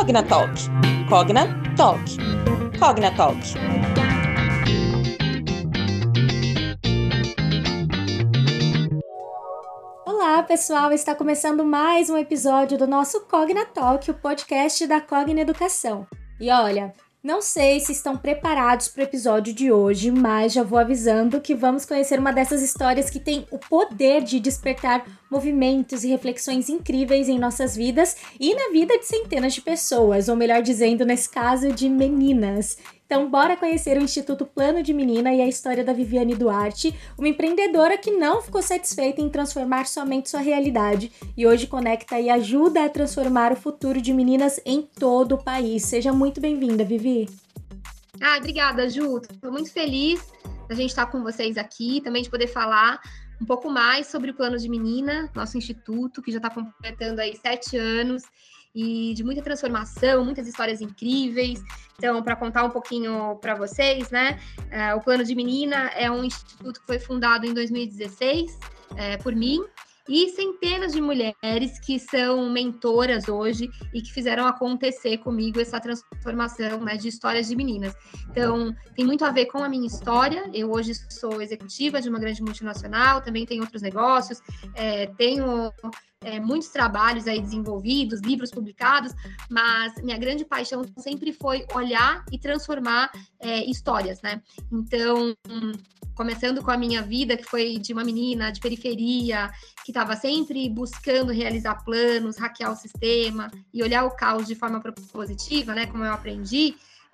Cognatalk. Cognatalk. Cognatalk. Olá, pessoal! Está começando mais um episódio do nosso Cognatalk, o podcast da Cogna Educação. E olha, não sei se estão preparados para o episódio de hoje, mas já vou avisando que vamos conhecer uma dessas histórias que tem o poder de despertar movimentos e reflexões incríveis em nossas vidas e na vida de centenas de pessoas, ou melhor dizendo, nesse caso, de meninas. Então, bora conhecer o Instituto Plano de Menina e a história da Viviane Duarte, uma empreendedora que não ficou satisfeita em transformar somente sua realidade e hoje conecta e ajuda a transformar o futuro de meninas em todo o país. Seja muito bem-vinda, Vivi. Obrigada, Ju. Estou muito feliz da gente estar com vocês aqui, também de poder falar um pouco mais sobre o Plano de Menina, nosso instituto, que já está completando aí 7 anos, e de muita transformação, muitas histórias incríveis. Então, para contar um pouquinho para vocês, né? O Plano de Menina é um instituto que foi fundado em 2016 por mim e centenas de mulheres que são mentoras hoje e que fizeram acontecer comigo essa transformação, né, de histórias de meninas. Então, tem muito a ver com a minha história. Eu hoje sou executiva de uma grande multinacional, também tenho outros negócios, tenho muitos trabalhos aí desenvolvidos, livros publicados, mas minha grande paixão sempre foi olhar e transformar histórias, né? Então, começando com a minha vida, que foi de uma menina de periferia, que estava sempre buscando realizar planos, hackear o sistema e olhar o caos de forma propositiva, né? Como eu aprendi,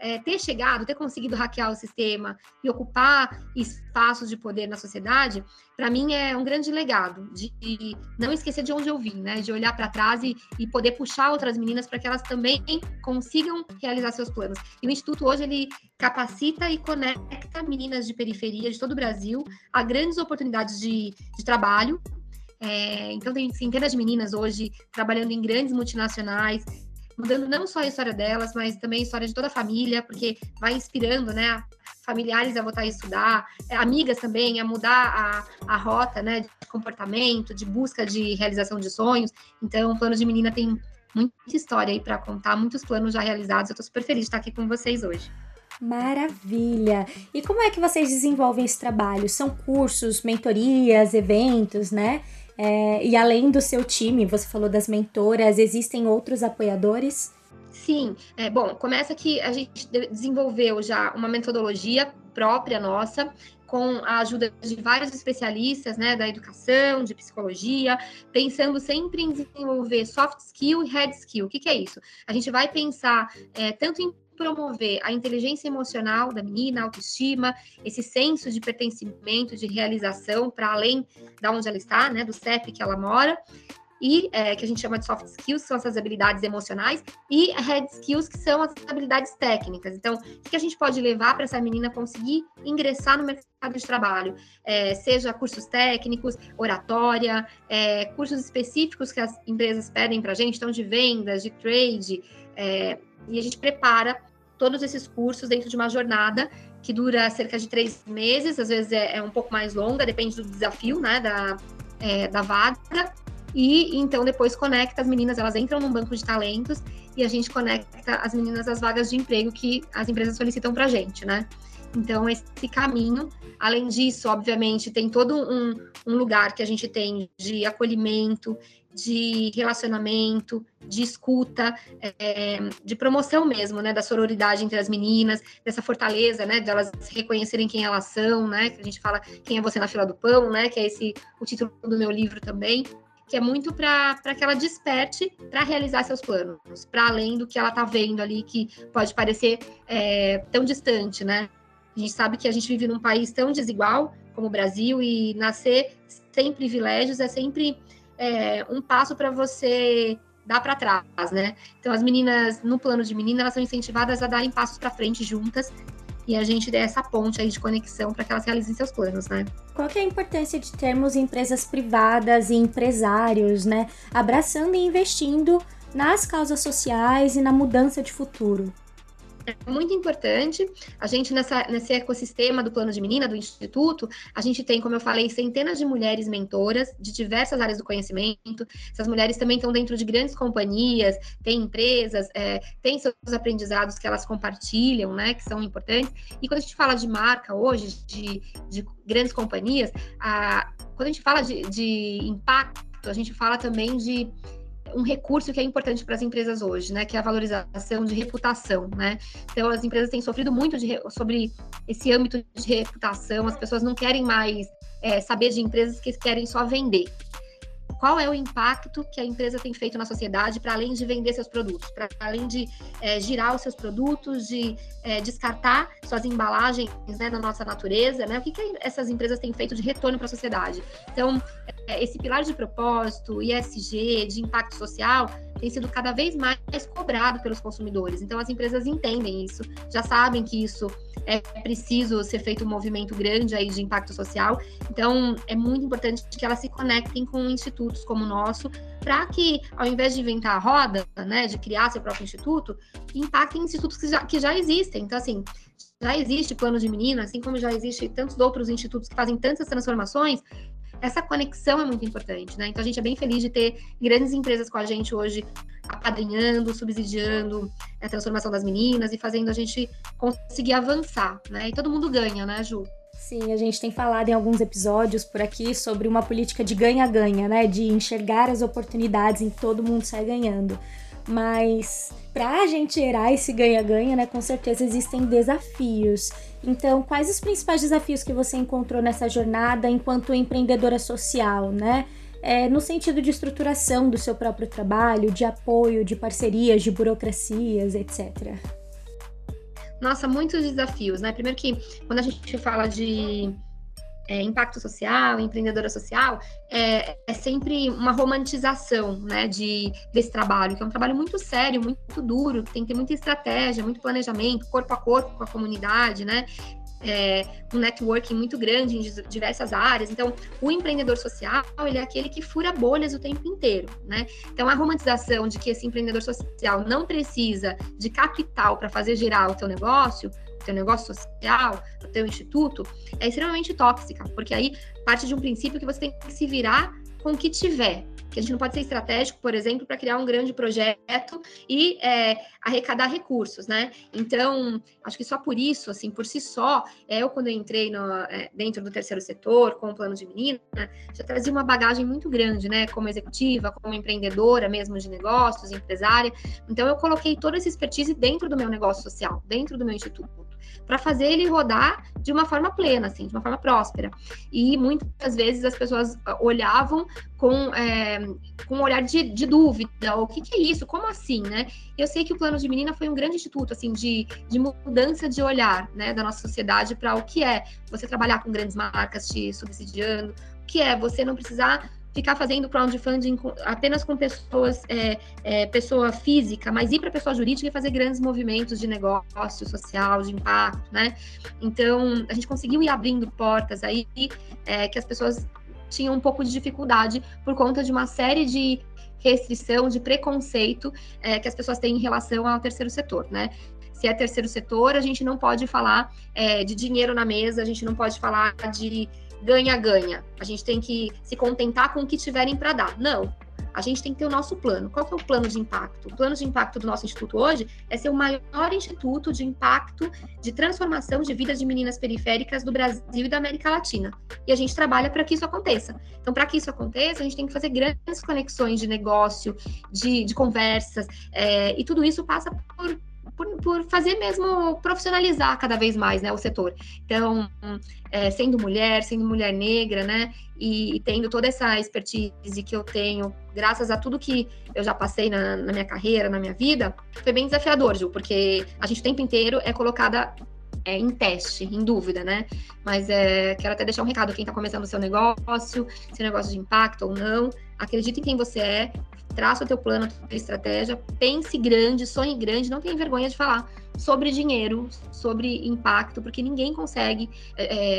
ter conseguido hackear o sistema e ocupar espaços de poder na sociedade, para mim é um grande legado, de não esquecer de onde eu vim, né? De olhar para trás e poder puxar outras meninas para que elas também consigam realizar seus planos. E o Instituto hoje, ele capacita e conecta meninas de periferia de todo o Brasil a grandes oportunidades de trabalho. Então, tem centenas de meninas hoje trabalhando em grandes multinacionais, mudando não só a história delas, mas também a história de toda a família, porque vai inspirando, né, familiares a voltar a estudar, amigas também a mudar a rota, né, de comportamento, de busca de realização de sonhos. Então, o Plano de Menina tem muita história aí para contar, muitos planos já realizados. Eu estou super feliz de estar aqui com vocês hoje. Maravilha! E como é que vocês desenvolvem esse trabalho? São cursos, mentorias, eventos, né? E além do seu time, você falou das mentoras, existem outros apoiadores? Sim, bom, começa que a gente desenvolveu já uma metodologia própria nossa, com a ajuda de vários especialistas, né, da educação, de psicologia, pensando sempre em desenvolver soft skill e hard skill. O que é isso? A gente vai pensar tanto em promover a inteligência emocional da menina, a autoestima, esse senso de pertencimento, de realização para além da onde ela está, né, do CEP que ela mora, e que a gente chama de soft skills, que são essas habilidades emocionais, e hard skills, que são as habilidades técnicas. Então, o que a gente pode levar para essa menina conseguir ingressar no mercado de trabalho? Seja cursos técnicos, oratória, cursos específicos que as empresas pedem para a gente, então de vendas, de trade, e a gente prepara todos esses cursos dentro de uma jornada que dura cerca de 3 meses, às vezes é um pouco mais longa, depende do desafio, né, da vaga. E então depois conecta as meninas, elas entram num banco de talentos e a gente conecta as meninas às vagas de emprego que as empresas solicitam pra gente, né? Então, esse caminho, além disso, obviamente, tem todo um lugar que a gente tem de acolhimento, de relacionamento, de escuta, de promoção mesmo, né, da sororidade entre as meninas, dessa fortaleza, né, de elas reconhecerem quem elas são, né, que a gente fala quem é você na fila do pão, né, que é o título do meu livro também, que é muito para que ela desperte para realizar seus planos, para além do que ela está vendo ali, que pode parecer tão distante, né? A gente sabe que a gente vive num país tão desigual como o Brasil e nascer sem privilégios é sempre um passo para você dar para trás, né? Então, as meninas, no Plano de Menina, elas são incentivadas a darem passos para frente juntas e a gente dá essa ponte aí de conexão para que elas realizem seus planos, né? Qual que é a importância de termos empresas privadas e empresários, né, abraçando e investindo nas causas sociais e na mudança de futuro? É muito importante. A gente, nesse ecossistema do Plano de Menina, do Instituto, a gente tem, como eu falei, centenas de mulheres mentoras de diversas áreas do conhecimento. Essas mulheres também estão dentro de grandes companhias, têm empresas, têm seus aprendizados que elas compartilham, né, que são importantes. E quando a gente fala de marca hoje, de grandes companhias, quando a gente fala de impacto, a gente fala também de um recurso que é importante para as empresas hoje, né, que é a valorização de reputação, né? Então, as empresas têm sofrido muito sobre esse âmbito de reputação, as pessoas não querem mais saber de empresas que querem só vender. Qual é o impacto que a empresa tem feito na sociedade para além de vender seus produtos, para além de girar os seus produtos, de descartar suas embalagens, né, na nossa natureza, né? O que essas empresas têm feito de retorno para a sociedade? Então, esse pilar de propósito, ESG, de impacto social, tem sido cada vez mais cobrado pelos consumidores. Então, as empresas entendem isso, já sabem que isso é preciso ser feito um movimento grande aí de impacto social. Então, é muito importante que elas se conectem com institutos como o nosso, para que, ao invés de inventar a roda, né, de criar seu próprio instituto, impactem institutos que já existem. Então, assim, já existe Plano de Menina, assim como já existe tantos outros institutos que fazem tantas transformações. Essa conexão é muito importante, né? Então, a gente é bem feliz de ter grandes empresas com a gente hoje, apadrinhando, subsidiando a transformação das meninas e fazendo a gente conseguir avançar, né? E todo mundo ganha, né, Ju? Sim, a gente tem falado em alguns episódios por aqui sobre uma política de ganha-ganha, né? De enxergar as oportunidades em que todo mundo sai ganhando. Mas para a gente gerar esse ganha-ganha, né, com certeza existem desafios. Então, quais os principais desafios que você encontrou nessa jornada enquanto empreendedora social, né? No sentido de estruturação do seu próprio trabalho, de apoio, de parcerias, de burocracias, etc. Nossa, muitos desafios, né? Primeiro que quando a gente fala de impacto social, empreendedora social, é sempre uma romantização, né, desse trabalho, que é um trabalho muito sério, muito duro, tem que ter muita estratégia, muito planejamento, corpo a corpo com a comunidade, né? Um networking muito grande em diversas áreas. Então, o empreendedor social, ele é aquele que fura bolhas o tempo inteiro, né? Então, a romantização de que esse empreendedor social não precisa de capital para fazer girar o teu negócio social, o teu instituto, é extremamente tóxica, porque aí parte de um princípio que você tem que se virar com o que tiver, que a gente não pode ser estratégico, por exemplo, para criar um grande projeto e arrecadar recursos, né? Então, acho que só por isso, assim, por si só, eu quando eu entrei dentro do terceiro setor, com o Plano de Menina, já trazia uma bagagem muito grande, né? Como executiva, como empreendedora mesmo de negócios, empresária. Então, eu coloquei toda essa expertise dentro do meu negócio social, dentro do meu instituto, para fazer ele rodar de uma forma plena, assim, de uma forma próspera. E muitas vezes as pessoas olhavam com um olhar de dúvida, o que é isso? Como assim, né? Eu sei que o Plano de Menina foi um grande instituto, assim, de mudança de olhar, né, da nossa sociedade para o que é você trabalhar com grandes marcas te subsidiando, o que é você não precisar ficar fazendo crowdfunding apenas com pessoa física, mas ir para pessoa jurídica e fazer grandes movimentos de negócio social, de impacto, né? Então, a gente conseguiu ir abrindo portas aí que as pessoas tinham um pouco de dificuldade por conta de uma série de restrição, de preconceito que as pessoas têm em relação ao terceiro setor, né? Se é terceiro setor, a gente não pode falar de dinheiro na mesa, a gente não pode falar de ganha-ganha. A gente tem que se contentar com o que tiverem para dar. Não. A gente tem que ter o nosso plano. Qual que é o plano de impacto? O plano de impacto do nosso instituto hoje é ser o maior instituto de impacto, de transformação de vidas de meninas periféricas do Brasil e da América Latina. E a gente trabalha para que isso aconteça. Então, para que isso aconteça, a gente tem que fazer grandes conexões de negócio, de conversas, e tudo isso passa por fazer mesmo profissionalizar cada vez mais, né, o setor. Então, sendo mulher negra, né, e tendo toda essa expertise que eu tenho, graças a tudo que eu já passei na minha carreira, na minha vida, foi bem desafiador, Ju, porque a gente o tempo inteiro é colocada em teste, em dúvida, né? Mas quero até deixar um recado a quem está começando o seu negócio de impacto ou não, acredite em quem você é, traça o teu plano, a tua estratégia, pense grande, sonhe grande, não tenha vergonha de falar sobre dinheiro, sobre impacto, porque ninguém consegue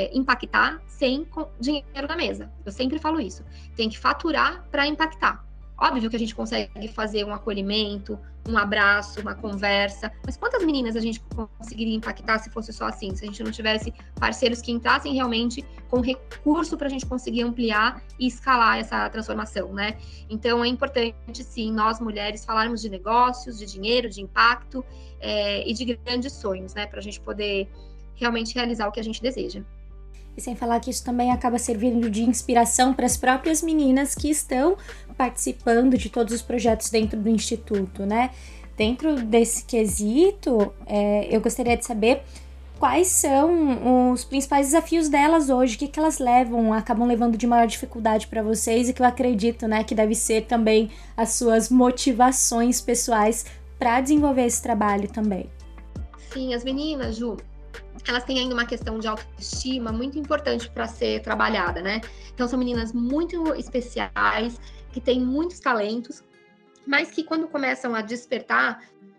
impactar sem dinheiro na mesa. Eu sempre falo isso. Tem que faturar para impactar. Óbvio que a gente consegue fazer um acolhimento, um abraço, uma conversa, mas quantas meninas a gente conseguiria impactar se fosse só assim? Se a gente não tivesse parceiros que entrassem realmente com recurso para a gente conseguir ampliar e escalar essa transformação, né? Então, é importante, sim, nós mulheres falarmos de negócios, de dinheiro, de impacto e de grandes sonhos, né? Para a gente poder realmente realizar o que a gente deseja. E sem falar que isso também acaba servindo de inspiração para as próprias meninas que estão participando de todos os projetos dentro do Instituto, né? Dentro desse quesito, eu gostaria de saber quais são os principais desafios delas hoje, o que elas acabam levando de maior dificuldade para vocês e que eu acredito, né, que deve ser também as suas motivações pessoais para desenvolver esse trabalho também. Sim, as meninas, Ju, elas têm ainda uma questão de autoestima muito importante para ser trabalhada, né? Então, são meninas muito especiais, que têm muitos talentos, mas que quando começam a despertar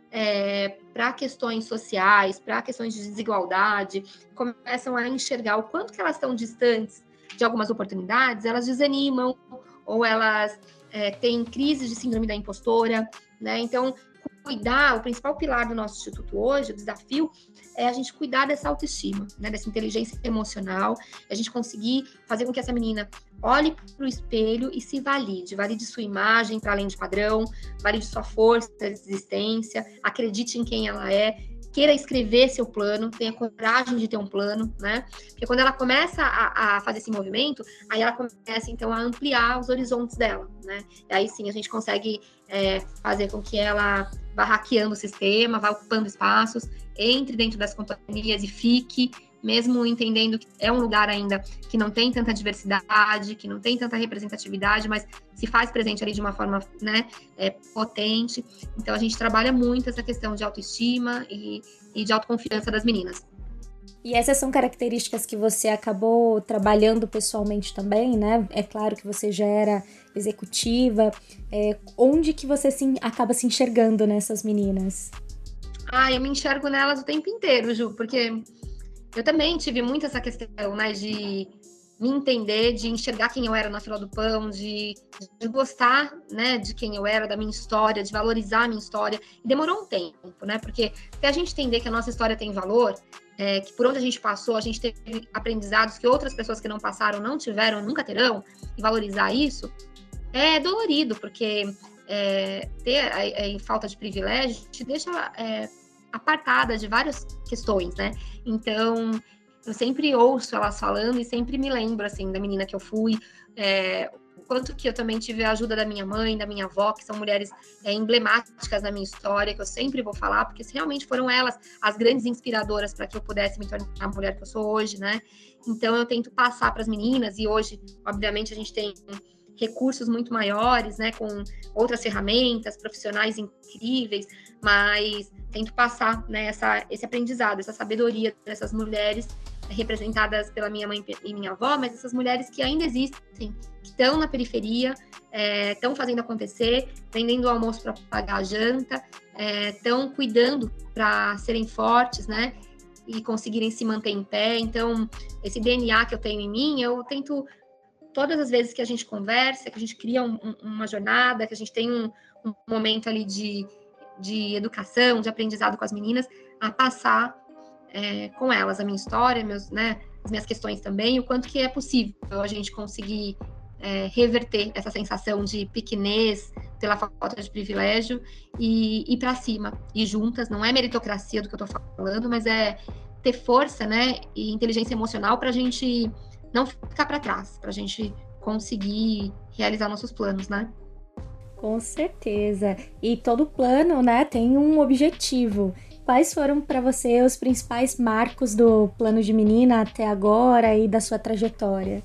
para questões sociais, para questões de desigualdade, começam a enxergar o quanto que elas estão distantes de algumas oportunidades, elas desanimam ou elas têm crises de síndrome da impostora, né? Então, o principal pilar do nosso instituto hoje, o desafio, é a gente cuidar dessa autoestima, né, dessa inteligência emocional, a gente conseguir fazer com que essa menina olhe para o espelho e se valide sua imagem para além de padrão, valide sua força de existência, acredite em quem ela é, queira escrever seu plano, tenha coragem de ter um plano, né? Porque quando ela começa a fazer esse movimento, aí ela começa, então, a ampliar os horizontes dela, né? E aí, sim, a gente consegue fazer com que ela vá hackeando o sistema, vá ocupando espaços, entre dentro das companhias e fique, mesmo entendendo que é um lugar ainda que não tem tanta diversidade, que não tem tanta representatividade, mas se faz presente ali de uma forma, né, potente. Então, a gente trabalha muito essa questão de autoestima e de autoconfiança das meninas. E essas são características que você acabou trabalhando pessoalmente também, né? É claro que você já era executiva. Onde que você acaba se enxergando nessas meninas? Eu me enxergo nelas o tempo inteiro, Ju, porque eu também tive muito essa questão, né, de me entender, de enxergar quem eu era na fila do pão, de gostar, né, de quem eu era, da minha história, de valorizar a minha história. E demorou um tempo, né, porque até a gente entender que a nossa história tem valor, que por onde a gente passou, a gente teve aprendizados que outras pessoas que não passaram não tiveram, nunca terão, e valorizar isso é dolorido, porque ter falta de privilégio te deixa apartada de várias questões, né? Então, eu sempre ouço elas falando e sempre me lembro, assim, da menina que eu fui, o quanto que eu também tive a ajuda da minha mãe, da minha avó, que são mulheres emblemáticas na minha história, que eu sempre vou falar, porque realmente foram elas as grandes inspiradoras para que eu pudesse me tornar a mulher que eu sou hoje, né? Então, eu tento passar para as meninas, e hoje, obviamente, a gente tem recursos muito maiores, né, com outras ferramentas, profissionais incríveis, mas tento passar, né, esse aprendizado, essa sabedoria dessas mulheres representadas pela minha mãe e minha avó, mas essas mulheres que ainda existem, que estão na periferia, estão fazendo acontecer, vendendo o almoço para pagar a janta, estão cuidando para serem fortes, né, e conseguirem se manter em pé. Então, esse DNA que eu tenho em mim, eu tento, todas as vezes que a gente conversa, que a gente cria uma jornada, que a gente tem um momento ali de educação, de aprendizado com as meninas, a passar com elas a minha história, as minhas questões também, o quanto que é possível a gente conseguir reverter essa sensação de pequenez pela falta de privilégio e ir para cima, e juntas. Não é meritocracia do que eu estou falando, mas é ter força, né, e inteligência emocional para a gente não ficar para trás, para a gente conseguir realizar nossos planos, né? Com certeza. E todo plano, né, tem um objetivo. Quais foram para você os principais marcos do Plano de Menina até agora e da sua trajetória?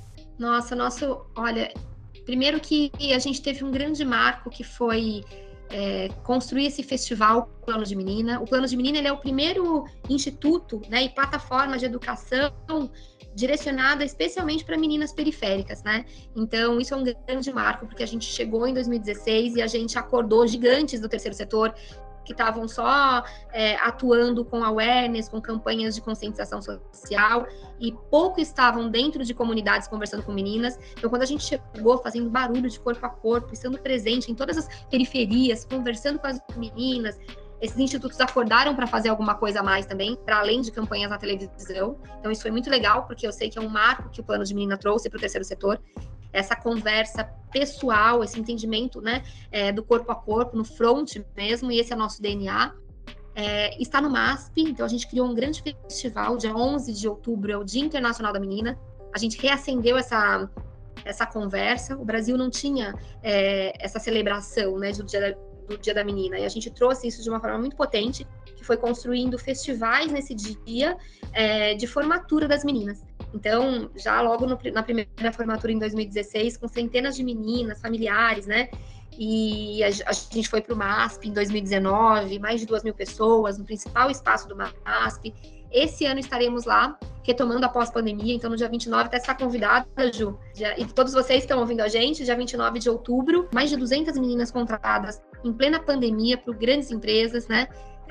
Olha, primeiro que a gente teve um grande marco que foi construir esse festival Plano de Menina. O Plano de Menina, ele é o primeiro instituto, né, e plataforma de educação direcionada especialmente para meninas periféricas, né? Então, isso é um grande marco, porque a gente chegou em 2016 e a gente acordou gigantes do terceiro setor que estavam só atuando com awareness, com campanhas de conscientização social, e pouco estavam dentro de comunidades conversando com meninas. Então, quando a gente chegou fazendo barulho de corpo a corpo, estando presente em todas as periferias, conversando com as meninas, esses institutos acordaram para fazer alguma coisa a mais também, para além de campanhas na televisão. Então, isso foi muito legal, porque eu sei que é um marco que o Plano de Menina trouxe para o terceiro setor. Essa conversa pessoal, esse entendimento, né, do corpo a corpo, no front mesmo, e esse é o nosso DNA. Está no MASP, então a gente criou um grande festival, dia 11 de outubro, é o Dia Internacional da Menina. A gente reacendeu essa conversa. O Brasil não tinha essa celebração, né, do Dia da Menina, e a gente trouxe isso de uma forma muito potente, que foi construindo festivais nesse dia de formatura das meninas. Então, já logo na primeira formatura em 2016, com centenas de meninas, familiares, né? E a gente foi para o MASP em 2019, mais de 2.000 pessoas, no principal espaço do MASP. Esse ano estaremos lá, retomando após pandemia, então no dia 29, até está convidada, Ju, e todos vocês estão ouvindo a gente, dia 29 de outubro, mais de 200 meninas contratadas em plena pandemia por grandes empresas, né?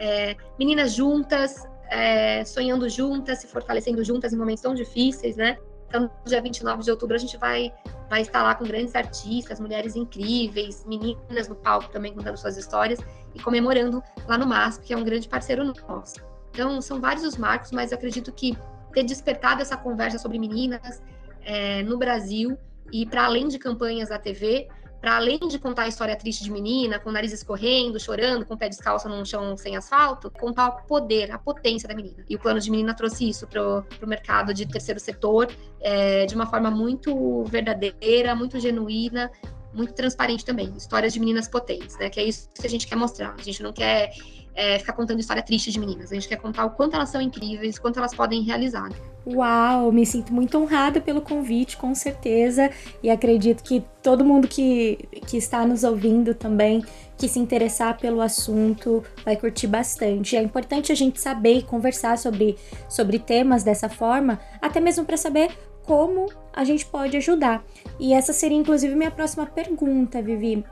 Meninas juntas, sonhando juntas, se fortalecendo juntas em momentos tão difíceis, né? Então, no dia 29 de outubro, a gente vai estar lá com grandes artistas, mulheres incríveis, meninas no palco também contando suas histórias e comemorando lá no MASP, que é um grande parceiro nosso. Então, são vários os marcos, mas eu acredito que ter despertado essa conversa sobre meninas no Brasil e para além de campanhas da TV, para além de contar a história triste de menina, com o nariz escorrendo, chorando, com o pé descalço num chão sem asfalto, contar o poder, a potência da menina. E o Plano de Menina trouxe isso pro mercado de terceiro setor de uma forma muito verdadeira, muito genuína, muito transparente também. Histórias de meninas potentes, né? Que é isso que a gente quer mostrar. A gente não quer ficar contando história triste de meninas. A gente quer contar o quanto elas são incríveis, o quanto elas podem realizar. Uau, me sinto muito honrada pelo convite, com certeza, e acredito que todo mundo que está nos ouvindo também, que se interessar pelo assunto, vai curtir bastante. É importante a gente saber e conversar sobre temas dessa forma, até mesmo para saber como a gente pode ajudar. E essa seria, inclusive, minha próxima pergunta, Vivi.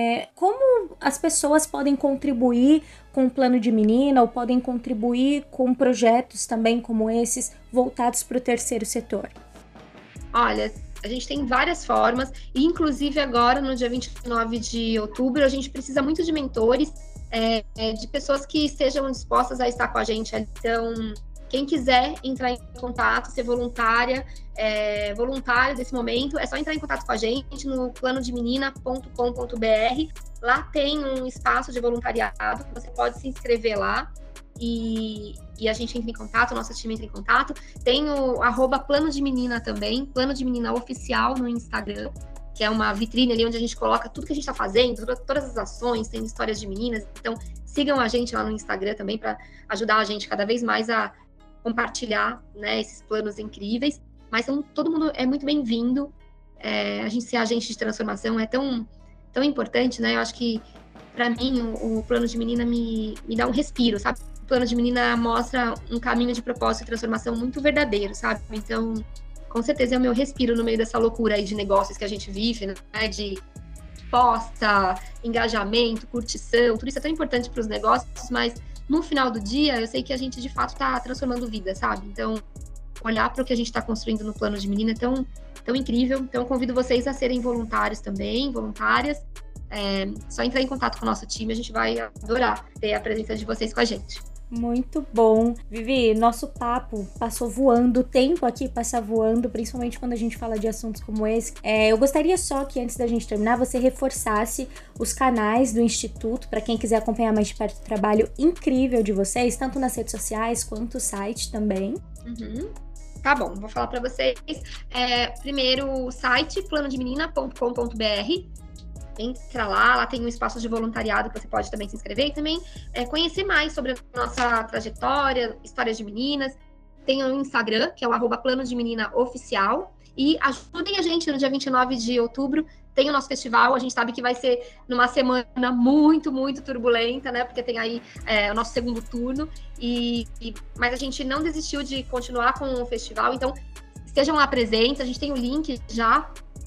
Como as pessoas podem contribuir com o Plano de Menina ou podem contribuir com projetos também como esses voltados para o terceiro setor? Olha, a gente tem várias formas, e inclusive agora, no dia 29 de outubro, a gente precisa muito de mentores, de pessoas que estejam dispostas a estar com a gente. Então, quem quiser entrar em contato, ser voluntário desse momento, é só entrar em contato com a gente no planodemenina.com.br. Lá tem um espaço de voluntariado, você pode se inscrever lá e a gente entra em contato, o nosso time entra em contato. Tem o @Plano de Menina também, Plano de Menina Oficial no Instagram, que é uma vitrine ali onde a gente coloca tudo que a gente está fazendo, todas as ações, tem histórias de meninas. Então, sigam a gente lá no Instagram também para ajudar a gente cada vez mais a compartilhar, né, esses planos incríveis. Mas todo mundo é muito bem-vindo. A gente ser agente de transformação é tão importante, né? Eu acho que, para mim, o Plano de Menina me dá um respiro, sabe? O Plano de Menina mostra um caminho de propósito e transformação muito verdadeiro, sabe? Então, com certeza é o meu respiro no meio dessa loucura aí de negócios que a gente vive, né? De posta, engajamento, curtição, tudo isso é tão importante para os negócios, mas no final do dia, eu sei que a gente, de fato, está transformando vidas, sabe? Então, olhar para o que a gente está construindo no Plano de Menina é tão incrível. Então, eu convido vocês a serem voluntários também, voluntárias. Só entrar em contato com o nosso time, a gente vai adorar ter a presença de vocês com a gente. Muito bom. Vivi, nosso papo passou voando, o tempo aqui passa voando, principalmente quando a gente fala de assuntos como esse. Eu gostaria só que, antes da gente terminar, você reforçasse os canais do Instituto, para quem quiser acompanhar mais de perto o trabalho incrível de vocês, tanto nas redes sociais quanto o site também. Uhum. Tá bom, vou falar para vocês. Primeiro, o site planodemenina.com.br. Entra lá tem um espaço de voluntariado que você pode também se inscrever e também conhecer mais sobre a nossa trajetória, histórias de meninas. Tem o Instagram, que é o @Plano de Menina Oficial. E ajudem a gente no dia 29 de outubro. Tem o nosso festival, a gente sabe que vai ser numa semana muito, muito turbulenta, né? Porque tem aí o nosso segundo turno. Mas a gente não desistiu de continuar com o festival, então estejam lá presentes. A gente tem o link já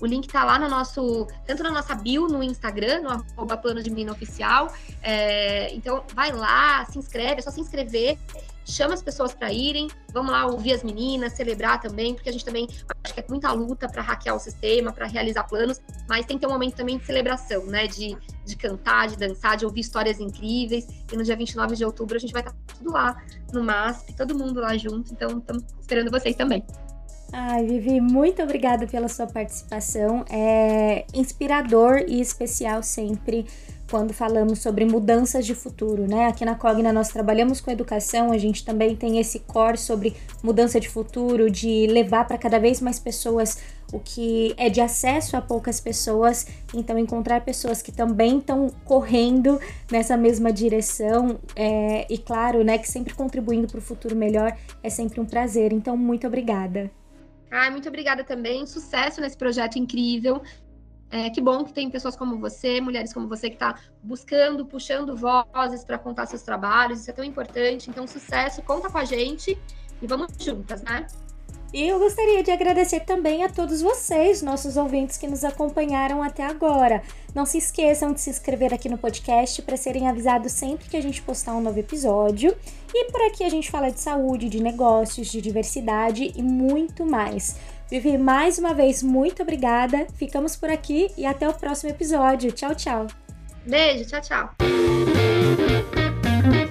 O link tá lá tanto na nossa bio no Instagram, no @plano de menina oficial. Então, vai lá, se inscreve, é só se inscrever. Chama as pessoas para irem, vamos lá ouvir as meninas, celebrar também, porque a gente também acho que é muita luta para hackear o sistema, para realizar planos, mas tem que ter um momento também de celebração, né? De cantar, de dançar, de ouvir histórias incríveis. E no dia 29 de outubro a gente vai estar tudo lá no MASP, todo mundo lá junto, então estamos esperando vocês também. Ai, Vivi, muito obrigada pela sua participação. É inspirador e especial sempre quando falamos sobre mudanças de futuro, né? Aqui na Cogna nós trabalhamos com educação, a gente também tem esse core sobre mudança de futuro, de levar para cada vez mais pessoas o que é de acesso a poucas pessoas, então encontrar pessoas que também estão correndo nessa mesma direção e claro, né, que sempre contribuindo para o futuro melhor, é sempre um prazer, então muito obrigada. Muito obrigada também, sucesso nesse projeto incrível. Que bom que tem pessoas como você, mulheres como você, que está buscando, puxando vozes para contar seus trabalhos, isso é tão importante, então sucesso, conta com a gente e vamos juntas, né? E eu gostaria de agradecer também a todos vocês, nossos ouvintes que nos acompanharam até agora. Não se esqueçam de se inscrever aqui no podcast para serem avisados sempre que a gente postar um novo episódio. E por aqui a gente fala de saúde, de negócios, de diversidade e muito mais. Vivi, mais uma vez, muito obrigada. Ficamos por aqui e até o próximo episódio. Tchau, tchau. Beijo, tchau, tchau.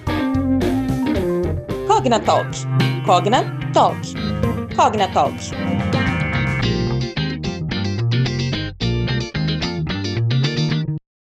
Cogna Talk. Cogna Talk. Cogna Talk.